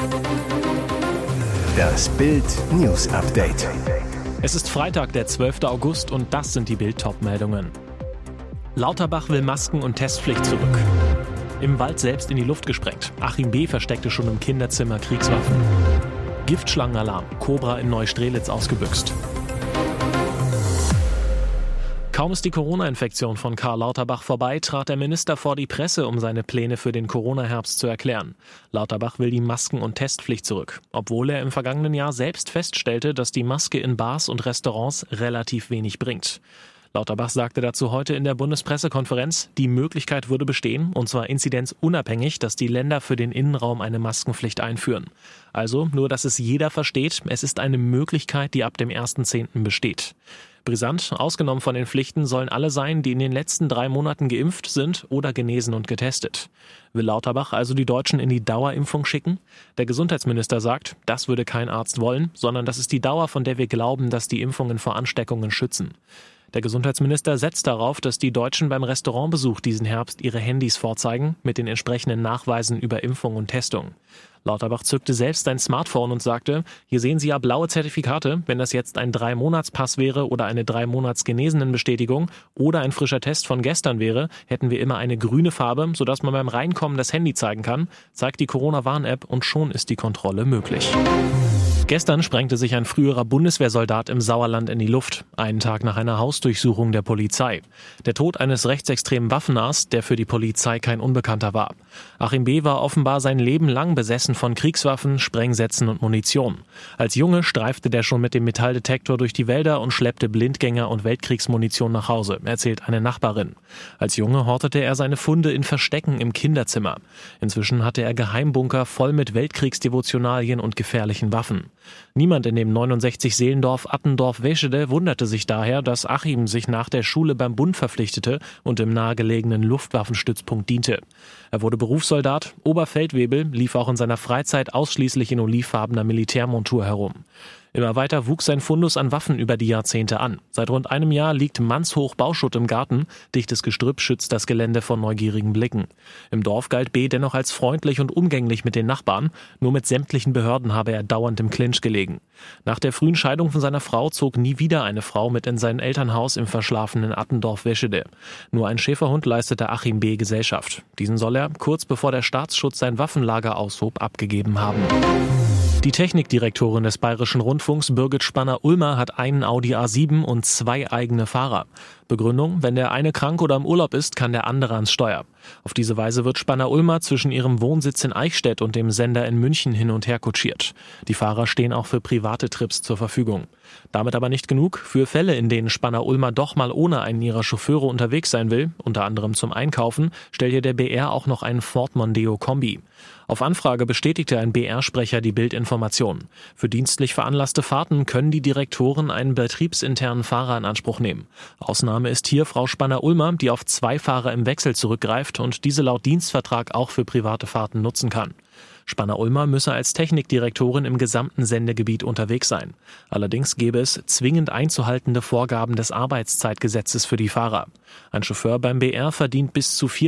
Das Bild News Update. Es ist Freitag, der 12. August und das sind die Bild-Top-Meldungen. Lauterbach will Masken- und Testpflicht zurück. Im Wald selbst in die Luft gesprengt. Achim B. versteckte schon im Kinderzimmer Kriegswaffen. Giftschlangenalarm. Cobra in Neustrelitz ausgebüxt. Kaum ist die Corona-Infektion von Karl Lauterbach vorbei, trat der Minister vor die Presse, um seine Pläne für den Corona-Herbst zu erklären. Lauterbach will die Masken- und Testpflicht zurück, obwohl er im vergangenen Jahr selbst feststellte, dass die Maske in Bars und Restaurants relativ wenig bringt. Lauterbach sagte dazu heute in der Bundespressekonferenz, die Möglichkeit würde bestehen, und zwar inzidenzunabhängig, dass die Länder für den Innenraum eine Maskenpflicht einführen. Also nur, dass es jeder versteht, es ist eine Möglichkeit, die ab dem 1.10. besteht. Brisant, ausgenommen von den Pflichten sollen alle sein, die in den letzten 3 Monaten geimpft sind oder genesen und getestet. Will Lauterbach also die Deutschen in die Dauerimpfung schicken? Der Gesundheitsminister sagt, das würde kein Arzt wollen, sondern das ist die Dauer, von der wir glauben, dass die Impfungen vor Ansteckungen schützen. Der Gesundheitsminister setzt darauf, dass die Deutschen beim Restaurantbesuch diesen Herbst ihre Handys vorzeigen, mit den entsprechenden Nachweisen über Impfung und Testung. Lauterbach zückte selbst sein Smartphone und sagte, hier sehen Sie ja blaue Zertifikate, wenn das jetzt ein 3-Monats-Pass wäre oder eine 3-Monats-Genesenen-Bestätigung oder ein frischer Test von gestern wäre, hätten wir immer eine grüne Farbe, sodass man beim Reinkommen das Handy zeigen kann, zeigt die Corona-Warn-App und schon ist die Kontrolle möglich. Gestern sprengte sich ein früherer Bundeswehrsoldat im Sauerland in die Luft, einen Tag nach einer Hausdurchsuchung der Polizei. Der Tod eines rechtsextremen Waffennahs, der für die Polizei kein Unbekannter war. Achim B. war offenbar sein Leben lang besessen von Kriegswaffen, Sprengsätzen und Munition. Als Junge streifte der schon mit dem Metalldetektor durch die Wälder und schleppte Blindgänger und Weltkriegsmunition nach Hause, erzählt eine Nachbarin. Als Junge hortete er seine Funde in Verstecken im Kinderzimmer. Inzwischen hatte er Geheimbunker voll mit Weltkriegsdevotionalien und gefährlichen Waffen. Niemand in dem 69-Seelendorf Attendorf-Weschede wunderte sich daher, dass Achim sich nach der Schule beim Bund verpflichtete und im nahegelegenen Luftwaffenstützpunkt diente. Er wurde Berufssoldat, Oberfeldwebel, lief auch in seiner Freizeit ausschließlich in olivfarbener Militärmontur herum. Immer weiter wuchs sein Fundus an Waffen über die Jahrzehnte an. Seit rund einem Jahr liegt mannshoch Bauschutt im Garten. Dichtes Gestrüpp schützt das Gelände vor neugierigen Blicken. Im Dorf galt B. dennoch als freundlich und umgänglich mit den Nachbarn. Nur mit sämtlichen Behörden habe er dauernd im Clinch gelegen. Nach der frühen Scheidung von seiner Frau zog nie wieder eine Frau mit in sein Elternhaus im verschlafenen Attendorf-Weschede. Nur ein Schäferhund leistete Achim B. Gesellschaft. Diesen soll er, kurz bevor der Staatsschutz sein Waffenlager aushob, abgegeben haben. Die Technikdirektorin des Bayerischen Rundfunks, Birgit Spanner-Ulmer, hat einen Audi A7 und 2 eigene Fahrer. Begründung: Wenn der eine krank oder im Urlaub ist, kann der andere ans Steuer. Auf diese Weise wird Spanner-Ulmer zwischen ihrem Wohnsitz in Eichstätt und dem Sender in München hin und her kutschiert. Die Fahrer stehen auch für private Trips zur Verfügung. Damit aber nicht genug. Für Fälle, in denen Spanner-Ulmer doch mal ohne einen ihrer Chauffeure unterwegs sein will, unter anderem zum Einkaufen, stellt ihr der BR auch noch einen Ford Mondeo Kombi. Auf Anfrage bestätigte ein BR-Sprecher die Bild-Information. Für dienstlich veranlasste Fahrten können die Direktoren einen betriebsinternen Fahrer in Anspruch nehmen. Ausnahme ist hier Frau Spanner-Ulmer, die auf 2 Fahrer im Wechsel zurückgreift und diese laut Dienstvertrag auch für private Fahrten nutzen kann. Spanner-Ulmer müsse als Technikdirektorin im gesamten Sendegebiet unterwegs sein. Allerdings gäbe es zwingend einzuhaltende Vorgaben des Arbeitszeitgesetzes für die Fahrer. Ein Chauffeur beim BR verdient bis zu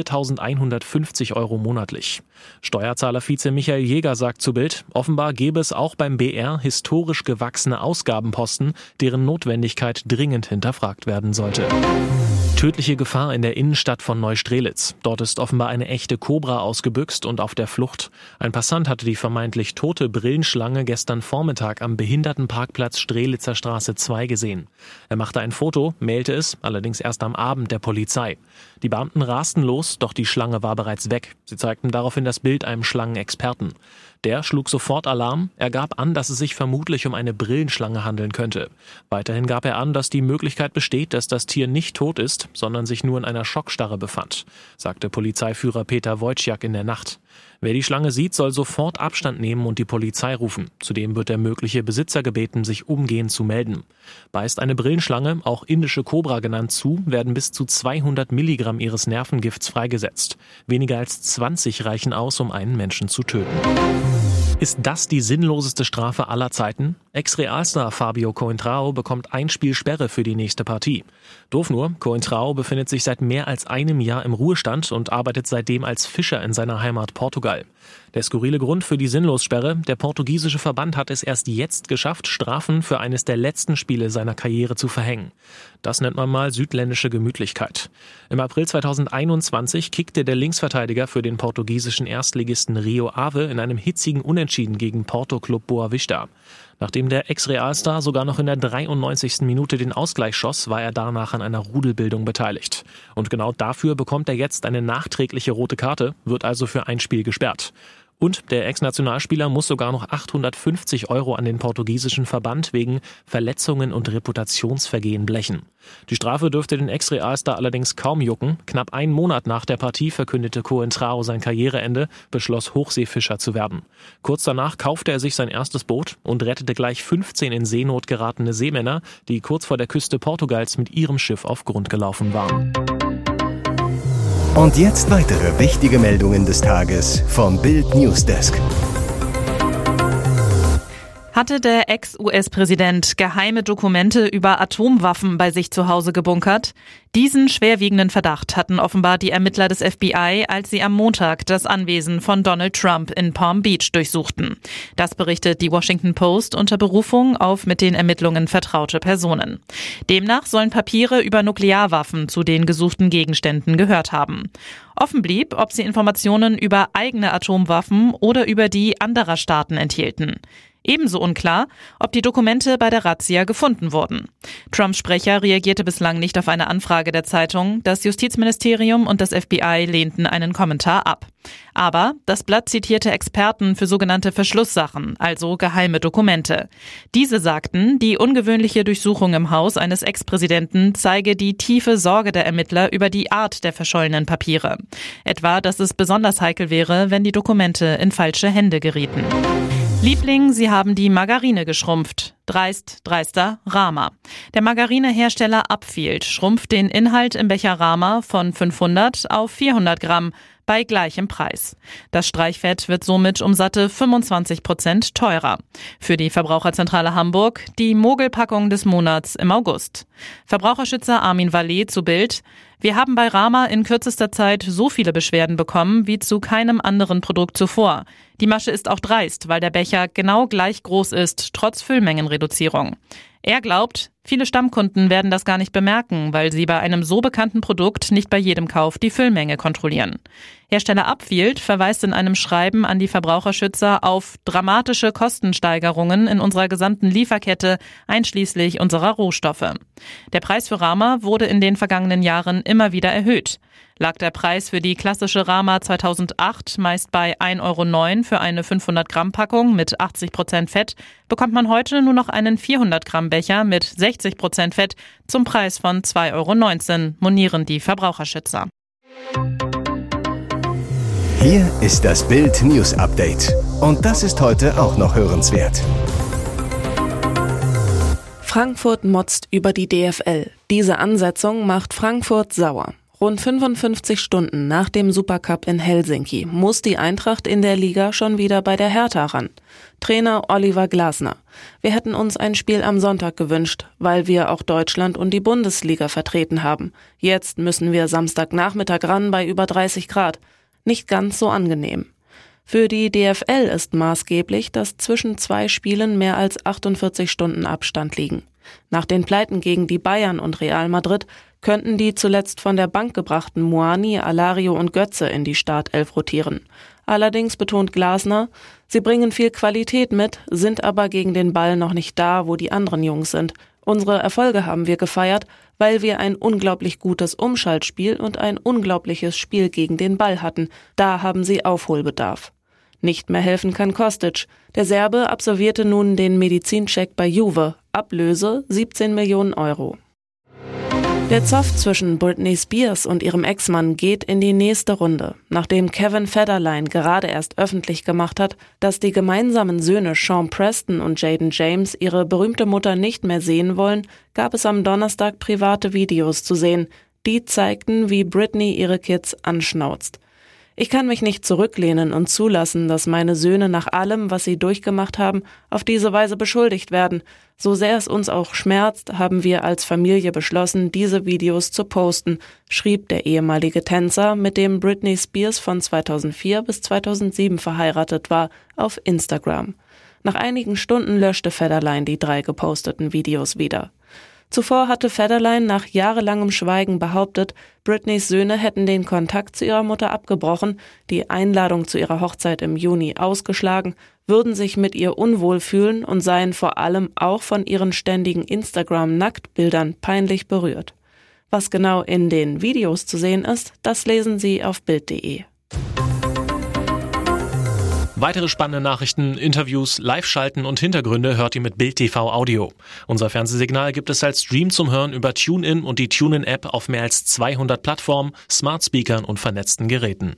4.150 € monatlich. Steuerzahler-Vize Michael Jäger sagt zu Bild, offenbar gäbe es auch beim BR historisch gewachsene Ausgabenposten, deren Notwendigkeit dringend hinterfragt werden sollte. Tödliche Gefahr in der Innenstadt von Neustrelitz. Dort ist offenbar eine echte Cobra ausgebüxt und auf der Flucht. Ein Passant hatte die vermeintlich tote Brillenschlange gestern Vormittag am Behindertenparkplatz Strelitzer Straße 2 gesehen. Er machte ein Foto, mailte es, allerdings erst am Abend der Polizei. Die Beamten rasten los, doch die Schlange war bereits weg. Sie zeigten daraufhin das Bild einem Schlangenexperten. Der schlug sofort Alarm. Er gab an, dass es sich vermutlich um eine Brillenschlange handeln könnte. Weiterhin gab er an, dass die Möglichkeit besteht, dass das Tier nicht tot ist, sondern sich nur in einer Schockstarre befand, sagte Polizeiführer Peter Wojciak in der Nacht. Wer die Schlange sieht, soll sofort Abstand nehmen und die Polizei rufen. Zudem wird der mögliche Besitzer gebeten, sich umgehend zu melden. Beißt eine Brillenschlange, auch indische Kobra genannt, zu, werden bis zu 200 Milligramm ihres Nervengifts freigesetzt. Weniger als 20 reichen aus, um einen Menschen zu töten. Ist das die sinnloseste Strafe aller Zeiten? Ex-Realstar Fabio Coentrao bekommt ein Spiel Sperre für die nächste Partie. Doof nur, Coentrao befindet sich seit mehr als einem Jahr im Ruhestand und arbeitet seitdem als Fischer in seiner Heimat Portugal. Der skurrile Grund für die Sinnlossperre: der portugiesische Verband hat es erst jetzt geschafft, Strafen für eines der letzten Spiele seiner Karriere zu verhängen. Das nennt man mal südländische Gemütlichkeit. Im April 2021 kickte der Linksverteidiger für den portugiesischen Erstligisten Rio Ave in einem hitzigen Unentschieden gegen Porto-Club Boa Vista. Nachdem der Ex-Realstar sogar noch in der 93. Minute den Ausgleich schoss, war er danach an einer Rudelbildung beteiligt. Und genau dafür bekommt er jetzt eine nachträgliche rote Karte, wird also für ein Spiel gesperrt. Und der Ex-Nationalspieler muss sogar noch 850 € an den portugiesischen Verband wegen Verletzungen und Reputationsvergehen blechen. Die Strafe dürfte den Ex-Realstar allerdings kaum jucken. Knapp einen Monat nach der Partie verkündete Coentrao sein Karriereende, beschloss, Hochseefischer zu werden. Kurz danach kaufte er sich sein erstes Boot und rettete gleich 15 in Seenot geratene Seemänner, die kurz vor der Küste Portugals mit ihrem Schiff auf Grund gelaufen waren. Und jetzt weitere wichtige Meldungen des Tages vom Bild Newsdesk. Hatte der Ex-US-Präsident geheime Dokumente über Atomwaffen bei sich zu Hause gebunkert? Diesen schwerwiegenden Verdacht hatten offenbar die Ermittler des FBI, als sie am Montag das Anwesen von Donald Trump in Palm Beach durchsuchten. Das berichtet die Washington Post unter Berufung auf mit den Ermittlungen vertraute Personen. Demnach sollen Papiere über Nuklearwaffen zu den gesuchten Gegenständen gehört haben. Offen blieb, ob sie Informationen über eigene Atomwaffen oder über die anderer Staaten enthielten. Ebenso unklar, ob die Dokumente bei der Razzia gefunden wurden. Trumps Sprecher reagierte bislang nicht auf eine Anfrage der Zeitung. Das Justizministerium und das FBI lehnten einen Kommentar ab. Aber das Blatt zitierte Experten für sogenannte Verschlusssachen, also geheime Dokumente. Diese sagten, die ungewöhnliche Durchsuchung im Haus eines Ex-Präsidenten zeige die tiefe Sorge der Ermittler über die Art der verschollenen Papiere. Etwa, dass es besonders heikel wäre, wenn die Dokumente in falsche Hände gerieten. Liebling, Sie haben die Margarine geschrumpft. Dreister, Rama. Der Margarinehersteller Upfield schrumpft den Inhalt im Becher Rama von 500 auf 400 Gramm bei gleichem Preis. Das Streichfett wird somit um satte 25% teurer. Für die Verbraucherzentrale Hamburg die Mogelpackung des Monats im August. Verbraucherschützer Armin Vallet zu Bild: Wir haben bei Rama in kürzester Zeit so viele Beschwerden bekommen wie zu keinem anderen Produkt zuvor. Die Masche ist auch dreist, weil der Becher genau gleich groß ist, trotz Füllmengenreduzierung. Er glaubt, viele Stammkunden werden das gar nicht bemerken, weil sie bei einem so bekannten Produkt nicht bei jedem Kauf die Füllmenge kontrollieren. Hersteller Upfield verweist in einem Schreiben an die Verbraucherschützer auf dramatische Kostensteigerungen in unserer gesamten Lieferkette, einschließlich unserer Rohstoffe. Der Preis für Rama wurde in den vergangenen Jahren immer wieder erhöht. Lag der Preis für die klassische Rama 2008 meist bei 1,09 € für eine 500-Gramm-Packung mit 80% Fett, bekommt man heute nur noch einen 400-Gramm-Becher mit 60% Fett zum Preis von 2,19 €, monieren die Verbraucherschützer. Hier ist das Bild News Update. Und das ist heute auch noch hörenswert. Frankfurt motzt über die DFL. Diese Ansetzung macht Frankfurt sauer. Rund 55 Stunden nach dem Supercup in Helsinki muss die Eintracht in der Liga schon wieder bei der Hertha ran. Trainer Oliver Glasner: Wir hätten uns ein Spiel am Sonntag gewünscht, weil wir auch Deutschland und die Bundesliga vertreten haben. Jetzt müssen wir Samstagnachmittag ran bei über 30 Grad. Nicht ganz so angenehm. Für die DFL ist maßgeblich, dass zwischen zwei Spielen mehr als 48 Stunden Abstand liegen. Nach den Pleiten gegen die Bayern und Real Madrid könnten die zuletzt von der Bank gebrachten Muani, Alario und Götze in die Startelf rotieren. Allerdings betont Glasner, sie bringen viel Qualität mit, sind aber gegen den Ball noch nicht da, wo die anderen Jungs sind. Unsere Erfolge haben wir gefeiert, weil wir ein unglaublich gutes Umschaltspiel und ein unglaubliches Spiel gegen den Ball hatten. Da haben sie Aufholbedarf. Nicht mehr helfen kann Kostic. Der Serbe absolvierte nun den Medizincheck bei Juve. Ablöse 17 Millionen €. Der Zoff zwischen Britney Spears und ihrem Ex-Mann geht in die nächste Runde. Nachdem Kevin Federline gerade erst öffentlich gemacht hat, dass die gemeinsamen Söhne Sean Preston und Jaden James ihre berühmte Mutter nicht mehr sehen wollen, gab es am Donnerstag private Videos zu sehen. Die zeigten, wie Britney ihre Kids anschnauzt. Ich kann mich nicht zurücklehnen und zulassen, dass meine Söhne nach allem, was sie durchgemacht haben, auf diese Weise beschuldigt werden. So sehr es uns auch schmerzt, haben wir als Familie beschlossen, diese Videos zu posten, schrieb der ehemalige Tänzer, mit dem Britney Spears von 2004 bis 2007 verheiratet war, auf Instagram. Nach einigen Stunden löschte Federline die 3 geposteten Videos wieder. Zuvor hatte Federline nach jahrelangem Schweigen behauptet, Britneys Söhne hätten den Kontakt zu ihrer Mutter abgebrochen, die Einladung zu ihrer Hochzeit im Juni ausgeschlagen, würden sich mit ihr unwohl fühlen und seien vor allem auch von ihren ständigen Instagram-Nacktbildern peinlich berührt. Was genau in den Videos zu sehen ist, das lesen Sie auf Bild.de. Weitere spannende Nachrichten, Interviews, Live-Schalten und Hintergründe hört ihr mit Bild TV Audio. Unser Fernsehsignal gibt es als Stream zum Hören über TuneIn und die TuneIn-App auf mehr als 200 Plattformen, Smart Speakern und vernetzten Geräten.